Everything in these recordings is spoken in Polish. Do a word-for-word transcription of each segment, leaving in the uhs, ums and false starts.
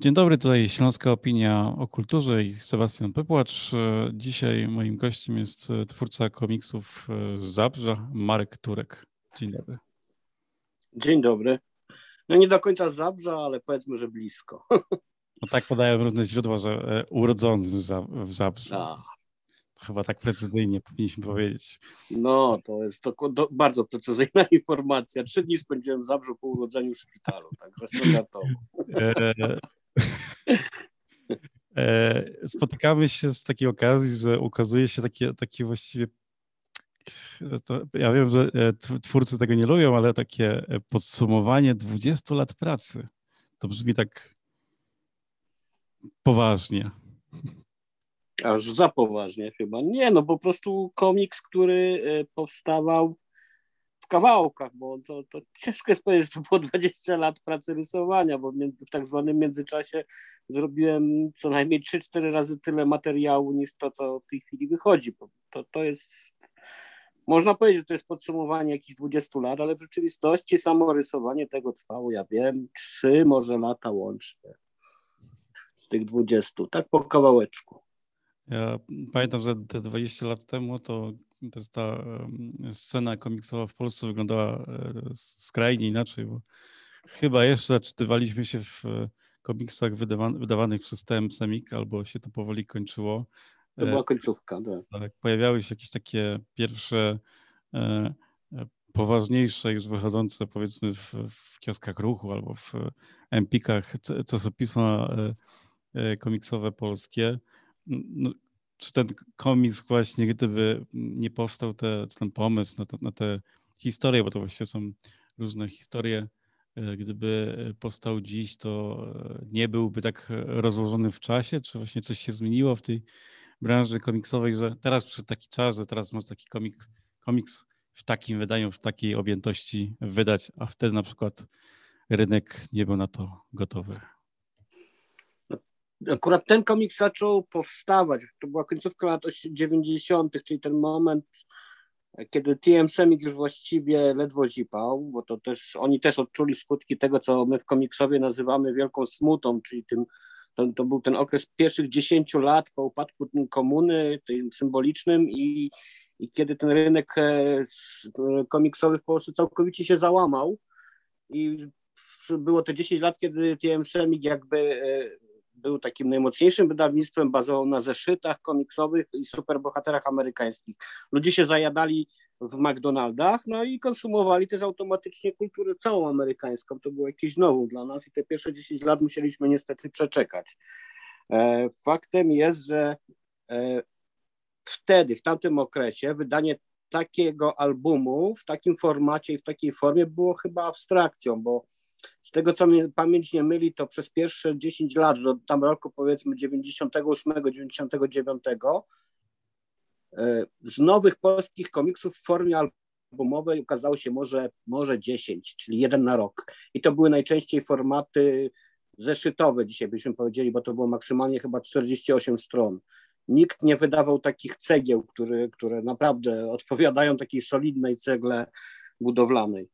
Dzień dobry, tutaj Śląska Opinia o Kulturze i Sebastian Pypłacz. Dzisiaj moim gościem jest twórca komiksów z Zabrza, Marek Turek. Dzień dobry. Dzień dobry. No nie do końca z Zabrza, ale powiedzmy, że blisko. No tak podają różne źródła, że urodzony w Zabrzu. A. Chyba tak precyzyjnie powinniśmy powiedzieć. No, to jest to, to bardzo precyzyjna informacja. Trzy dni spędziłem w Zabrzu po urodzeniu w szpitalu, także standardowo. Spotykamy się z takiej okazji, że ukazuje się takie, takie właściwie, to ja wiem, że twórcy tego nie lubią, ale takie podsumowanie dwudziestu lat pracy. To brzmi tak poważnie. Aż za poważnie chyba. Nie, no po prostu komiks, który powstawał w kawałkach, bo to, to ciężko jest powiedzieć, że to było dwadzieścia lat pracy rysowania, bo w tak zwanym międzyczasie zrobiłem co najmniej trzy cztery razy tyle materiału niż to, co w tej chwili wychodzi. To, to jest, można powiedzieć, że to jest podsumowanie jakichś dwudziestu lat, ale w rzeczywistości samo rysowanie tego trwało, ja wiem, trzy może lata łącznie z tych dwudziestu, tak po kawałeczku. Ja pamiętam, że te dwadzieścia lat temu to, to jest ta scena komiksowa w Polsce wyglądała skrajnie inaczej, bo chyba jeszcze czytywaliśmy się w komiksach wydawa- wydawanych przez T M Semik, albo się to powoli kończyło. To była końcówka, tak. Tak, pojawiały się jakieś takie pierwsze e, poważniejsze, już wychodzące powiedzmy w, w kioskach ruchu albo w Empikach czasopisma e, komiksowe polskie. No, czy ten komiks właśnie, gdyby nie powstał te, ten pomysł na, te, na te historie, bo to właściwie są różne historie, gdyby powstał dziś, to nie byłby tak rozłożony w czasie? Czy właśnie coś się zmieniło w tej branży komiksowej, że teraz przyszedł taki czas, że teraz może taki komiks, komiks w takim wydaniu, w takiej objętości wydać, a wtedy na przykład rynek nie był na to gotowy? Akurat ten komiks zaczął powstawać, to była końcówka lat dziewięćdziesiątych, czyli ten moment, kiedy T M Semik już właściwie ledwo zipał, bo to też oni też odczuli skutki tego, co my w komiksowie nazywamy wielką smutą, czyli tym, to, to był ten okres pierwszych dziesięciu lat po upadku komuny, tym symbolicznym i, i kiedy ten rynek komiksowy w Polsce całkowicie się załamał i było to dziesięć lat, kiedy T M Semik jakby był takim najmocniejszym wydawnictwem, bazował na zeszytach komiksowych i superbohaterach amerykańskich. Ludzie się zajadali w McDonaldach, no i konsumowali też automatycznie kulturę całą amerykańską. To było jakieś nowum dla nas i te pierwsze dziesięć lat musieliśmy niestety przeczekać. E, faktem jest, że e, wtedy, w tamtym okresie wydanie takiego albumu w takim formacie i w takiej formie było chyba abstrakcją, bo z tego, co mnie pamięć nie myli, to przez pierwsze dziesięć lat, do tam roku powiedzmy dziewięćdziesiątego ósmego dziewięćdziesiątego dziewiątego, z nowych polskich komiksów w formie albumowej ukazało się może, może dziesięć, czyli jeden na rok. I to były najczęściej formaty zeszytowe, dzisiaj byśmy powiedzieli, bo to było maksymalnie chyba czterdzieści osiem stron. Nikt nie wydawał takich cegieł, które, które naprawdę odpowiadają takiej solidnej cegle budowlanej.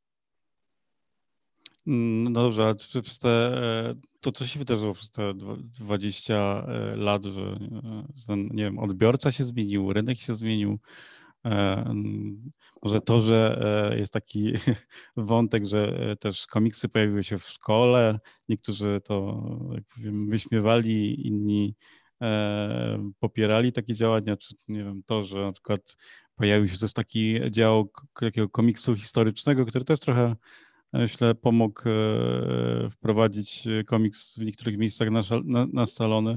No dobrze, ale czy przez te, to co się wydarzyło przez te dwadzieścia lat, że ten, nie wiem, odbiorca się zmienił, rynek się zmienił, może to, że jest taki wątek, że też komiksy pojawiły się w szkole, niektórzy to, jak powiem, wyśmiewali, inni popierali takie działania, czy nie wiem, to, że na przykład pojawił się też taki dział takiego komiksu historycznego, który też trochę, myślę, pomógł wprowadzić komiks w niektórych miejscach na, na, na salony.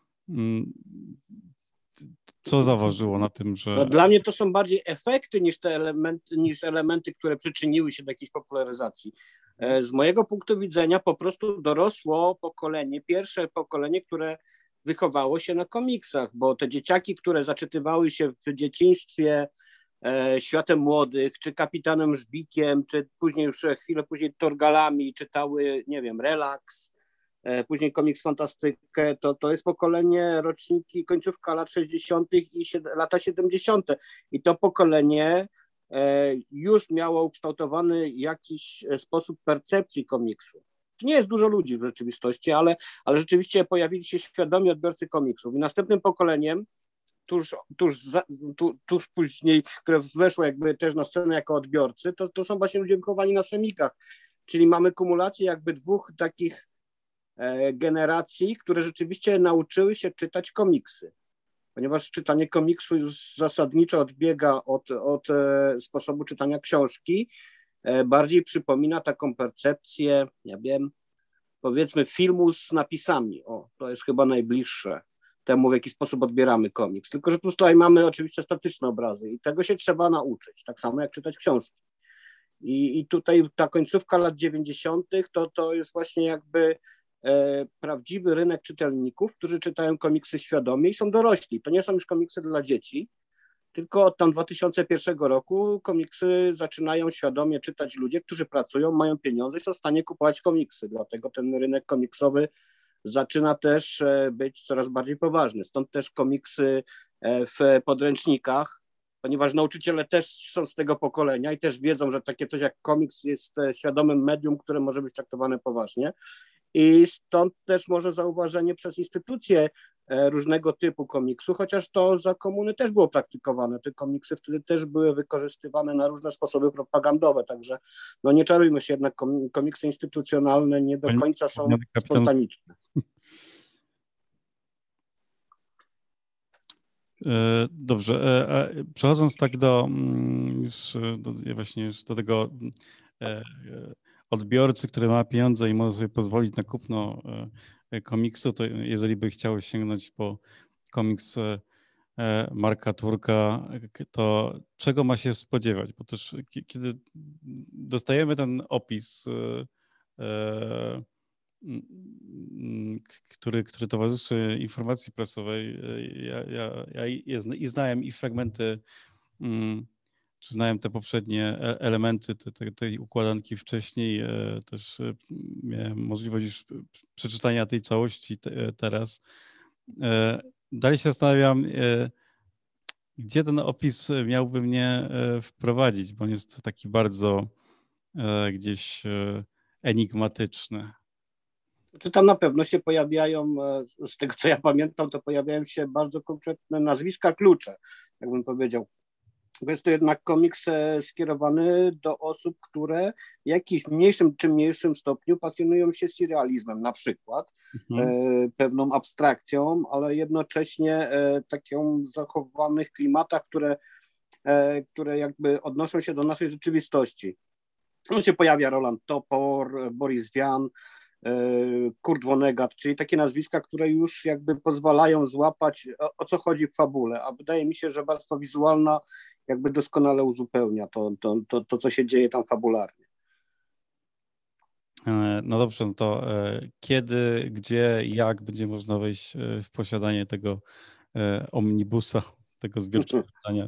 Co zaważyło na tym, że... No, dla mnie to są bardziej efekty niż te elementy, niż elementy, które przyczyniły się do jakiejś popularyzacji. Z mojego punktu widzenia po prostu dorosło pokolenie, pierwsze pokolenie, które wychowało się na komiksach, bo te dzieciaki, które zaczytywały się w dzieciństwie e, Światem Młodych, czy Kapitanem Żbikiem, czy później już chwilę później Torgalami, czytały, nie wiem, Relaks, e, później komiks Fantastykę, to, to jest pokolenie roczniki, końcówka lat sześćdziesiątych i sied- lata siedemdziesiąte. I to pokolenie e, już miało ukształtowany jakiś sposób percepcji komiksu. nie jest dużo ludzi w rzeczywistości, ale, ale rzeczywiście pojawili się świadomi odbiorcy komiksów i następnym pokoleniem tuż, tuż, za, tu, tuż później, które weszło jakby też na scenę jako odbiorcy, to, to są właśnie ludzie wychowani na semikach, czyli mamy kumulację jakby dwóch takich e, generacji, które rzeczywiście nauczyły się czytać komiksy, ponieważ czytanie komiksu już zasadniczo odbiega od, od e, sposobu czytania książki, e, bardziej przypomina taką percepcję, ja wiem, powiedzmy filmu z napisami, o, to jest chyba najbliższe temu, w jaki sposób odbieramy komiks. Tylko że tu tutaj mamy oczywiście statyczne obrazy i tego się trzeba nauczyć, tak samo jak czytać książki. I, i tutaj ta końcówka lat dziewięćdziesiątych to, to jest właśnie jakby e, prawdziwy rynek czytelników, którzy czytają komiksy świadomie i są dorośli. To nie są już komiksy dla dzieci, tylko od tam dwa tysiące pierwszego roku komiksy zaczynają świadomie czytać ludzie, którzy pracują, mają pieniądze i są w stanie kupować komiksy. Dlatego ten rynek komiksowy zaczyna też być coraz bardziej poważny. Stąd też komiksy w podręcznikach, ponieważ nauczyciele też są z tego pokolenia i też wiedzą, że takie coś jak komiks jest świadomym medium, które może być traktowane poważnie. I stąd też może zauważenie przez instytucje różnego typu komiksu, chociaż to za komuny też było praktykowane. Te komiksy wtedy też były wykorzystywane na różne sposoby propagandowe, także no nie czarujmy się, jednak komiksy instytucjonalne nie do końca są spontaniczne. Dobrze, przechodząc tak do już do, właśnie już do tego odbiorcy, który ma pieniądze i może sobie pozwolić na kupno komiksu, to jeżeli by chciał sięgnąć po komiks Marka Turka, to czego ma się spodziewać? Bo też kiedy dostajemy ten opis, który, który towarzyszy informacji prasowej, ja, ja, ja i znałem i fragmenty, czy znałem te poprzednie elementy te, te, tej układanki wcześniej, też miałem możliwość już przeczytania tej całości te, teraz. Dalej się zastanawiam, gdzie ten opis miałby mnie wprowadzić, bo on jest taki bardzo gdzieś enigmatyczny. Czy tam na pewno się pojawiają, z tego co ja pamiętam, to pojawiają się bardzo konkretne nazwiska klucze, jakbym powiedział. Bo jest to jednak komiks skierowany do osób, które w jakimś mniejszym czy mniejszym stopniu pasjonują się surrealizmem, na przykład, mhm. e, pewną abstrakcją, ale jednocześnie e, taką zachowanych klimatach, które, e, które jakby odnoszą się do naszej rzeczywistości. On się pojawia Roland Topor, Boris Vian, Kurt Vonnegut, czyli takie nazwiska, które już jakby pozwalają złapać, o, o co chodzi w fabule, a wydaje mi się, że warstwa wizualna jakby doskonale uzupełnia to, to, to, to co się dzieje tam fabularnie. No dobrze, no to kiedy, gdzie, jak będzie można wejść w posiadanie tego omnibusa, tego zbiorczego czytania?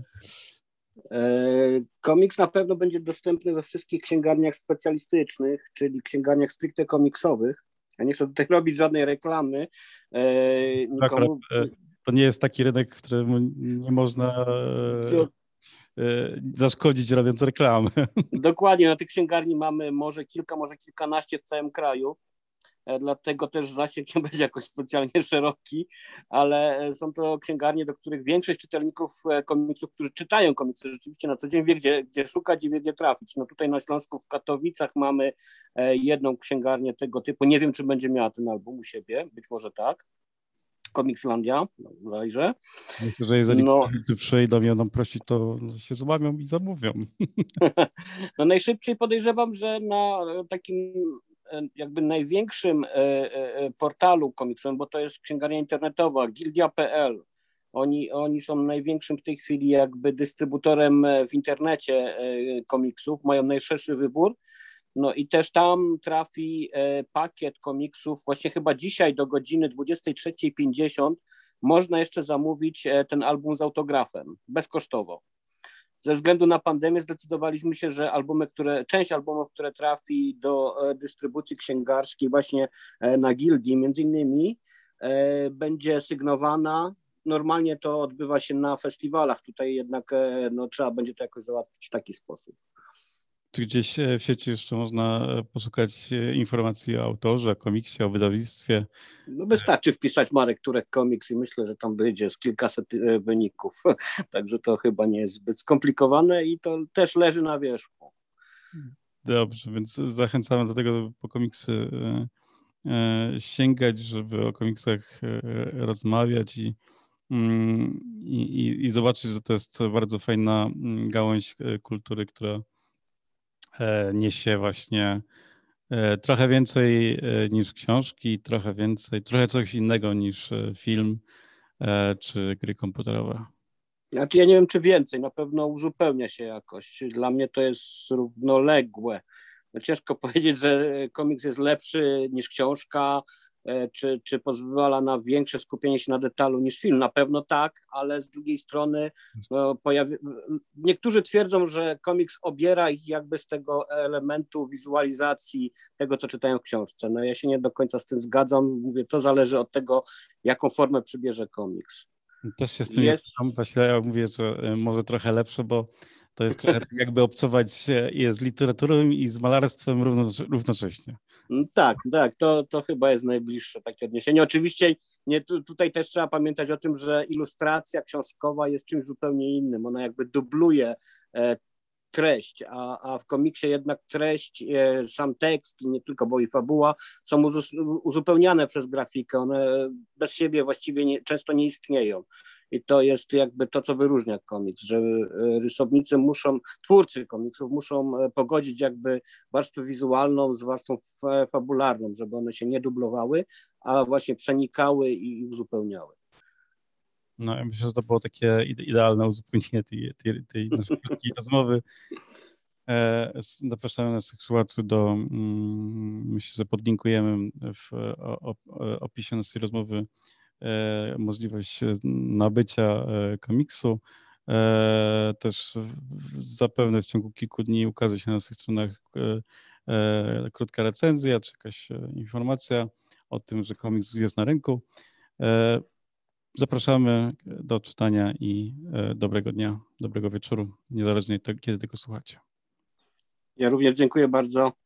Komiks na pewno będzie dostępny we wszystkich księgarniach specjalistycznych, czyli księgarniach stricte komiksowych. Ja nie chcę tutaj robić żadnej reklamy. Nikomu... To nie jest taki rynek, w którym nie można to... zaszkodzić robiąc reklamę. Dokładnie, na tych księgarni mamy może kilka, może kilkanaście w całym kraju. Dlatego też zasięg nie będzie jakoś specjalnie szeroki, ale są to księgarnie, do których większość czytelników komiksów, którzy czytają komiksy rzeczywiście na co dzień, wie, gdzie, gdzie szukać i wie, gdzie trafić. No tutaj na Śląsku w Katowicach mamy jedną księgarnię tego typu. Nie wiem, czy będzie miała ten album u siebie, być może tak. Komikslandia, bodajże. Myślę, że jeżeli no, przyjdą i będą prosić, to się złamią i zamówią. No najszybciej podejrzewam, że na takim jakby największym portalu komiksowym, bo to jest księgarnia internetowa, gildia kropka p l. Oni, oni są największym w tej chwili jakby dystrybutorem w internecie komiksów, mają najszerszy wybór. No i też tam trafi pakiet komiksów, właśnie chyba dzisiaj do godziny dwudziestej trzeciej pięćdziesiąt można jeszcze zamówić ten album z autografem, bezkosztowo. Ze względu na pandemię zdecydowaliśmy się, że albumy, które, część albumów, które trafi do dystrybucji księgarskiej właśnie na gildii, między innymi będzie sygnowana. Normalnie to odbywa się na festiwalach, tutaj jednak no, trzeba będzie to jakoś załatwić w taki sposób. Czy gdzieś w sieci jeszcze można poszukać informacji o autorze, o komiksie, o wydawnictwie? No wystarczy wpisać Marek Turek Komiks i myślę, że tam wyjdzie z kilkaset wyników. Także to chyba nie jest zbyt skomplikowane i to też leży na wierzchu. Dobrze, więc zachęcamy do tego, po komiksy sięgać, żeby o komiksach rozmawiać i, i, i zobaczyć, że to jest bardzo fajna gałąź kultury, która niesie właśnie trochę więcej niż książki, trochę więcej, trochę coś innego niż film czy gry komputerowe. Znaczy ja nie wiem, czy więcej, na pewno uzupełnia się jakoś. Dla mnie to jest równoległe. No ciężko powiedzieć, że komiks jest lepszy niż książka, czy, czy pozwala na większe skupienie się na detalu niż film. Na pewno tak, ale z drugiej strony no, pojawi... niektórzy twierdzą, że komiks obiera ich jakby z tego elementu wizualizacji tego, co czytają w książce. No ja się nie do końca z tym zgadzam. Mówię, to zależy od tego, jaką formę przybierze komiks. Też się z tym jest... Właśnie ja mówię, że może trochę lepsze, bo to jest trochę tak jakby obcować z literaturą i z malarstwem równocześnie. Tak, tak, to, to chyba jest najbliższe takie odniesienie. Oczywiście nie, tu, tutaj też trzeba pamiętać o tym, że ilustracja książkowa jest czymś zupełnie innym. Ona jakby dubluje e, treść, a, a w komiksie jednak treść, e, sam tekst i nie tylko, bo i fabuła są uzupełniane przez grafikę. One bez siebie właściwie nie, często nie istnieją. I to jest jakby to, co wyróżnia komiks, że rysownicy muszą, twórcy komiksów muszą pogodzić jakby warstwę wizualną z warstwą fabularną, żeby one się nie dublowały, a właśnie przenikały i uzupełniały. No ja myślę, że to było takie idealne uzupełnienie tej, tej, tej naszej krótkiej rozmowy. Zapraszamy naszych słuchaczy do, myślę, że podlinkujemy w opisie naszej rozmowy możliwość nabycia komiksu. Też zapewne w ciągu kilku dni ukaże się na naszych stronach krótka recenzja, czy jakaś informacja o tym, że komiks jest na rynku. Zapraszamy do czytania i dobrego dnia, dobrego wieczoru, niezależnie od tego, kiedy tego słuchacie. Ja również dziękuję bardzo.